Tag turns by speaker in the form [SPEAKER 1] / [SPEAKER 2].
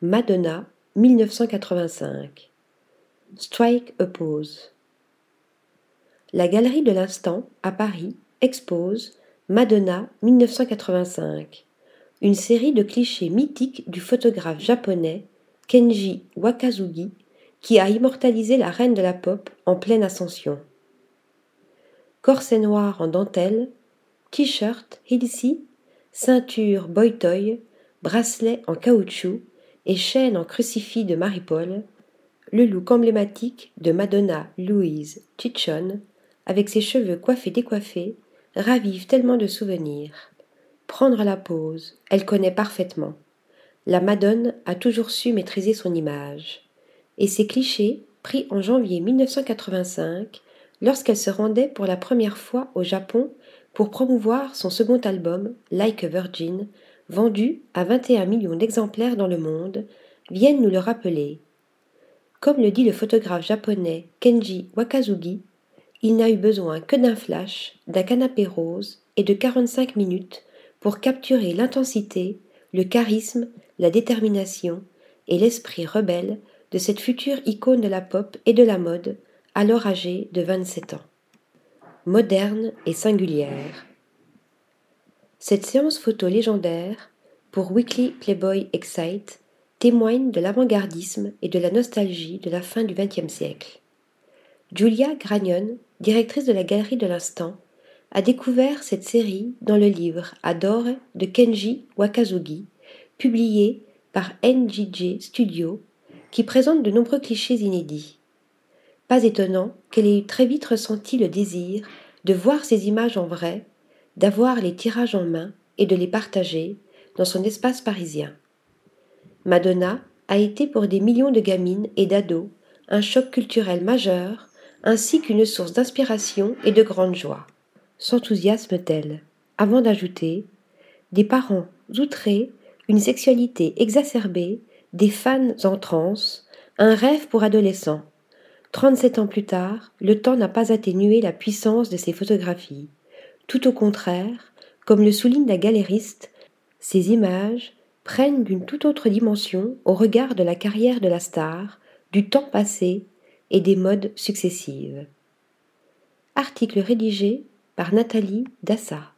[SPEAKER 1] Madonna, 1985. Strike a pose. La Galerie de l'Instant, à Paris, expose Madonna 1985, une série de clichés mythiques du photographe japonais Kenji Wakazugi qui a immortalisé la reine de la pop en pleine ascension. Corset noir en dentelle, t-shirt Hilsi, ceinture boy-toy, bracelet en caoutchouc et chaîne en crucifix de Marie-Paul, le look emblématique de Madonna Louise Chichon, avec ses cheveux coiffés-décoiffés, ravive tellement de souvenirs. Prendre la pose, elle connaît parfaitement. La Madone a toujours su maîtriser son image. Et ces clichés, pris en janvier 1985, lorsqu'elle se rendait pour la première fois au Japon pour promouvoir son second album, Like a Virgin, vendu à 21 millions d'exemplaires dans le monde, viennent nous le rappeler. Comme le dit le photographe japonais Kenji Wakazugi, il n'a eu besoin que d'un flash, d'un canapé rose et de 45 minutes pour capturer l'intensité, le charisme, la détermination et l'esprit rebelle de cette future icône de la pop et de la mode, alors âgée de 27 ans. Moderne et singulière. Cette séance photo légendaire, pour Weekly Playboy Excite, témoigne de l'avant-gardisme et de la nostalgie de la fin du XXe siècle. Julia Gragnon, directrice de la Galerie de l'Instant, a découvert cette série dans le livre Adore de Kenji Wakazugi, publié par NJJ Studio, qui présente de nombreux clichés inédits. Pas étonnant qu'elle ait très vite ressenti le désir de voir ces images en vrai, d'avoir les tirages en main et de les partager dans son espace parisien. Madonna a été pour des millions de gamines et d'ados un choc culturel majeur ainsi qu'une source d'inspiration et de grande joie. S'enthousiasme-t-elle, avant d'ajouter « Des parents outrés, une sexualité exacerbée, des fans en transe, un rêve pour adolescents. 37 ans plus tard, le temps n'a pas atténué la puissance de ces photographies. Tout au contraire, comme le souligne la galériste, ces images prennent d'une toute autre dimension au regard de la carrière de la star, du temps passé et des modes successives. » Article rédigé par Nathalie Dassa.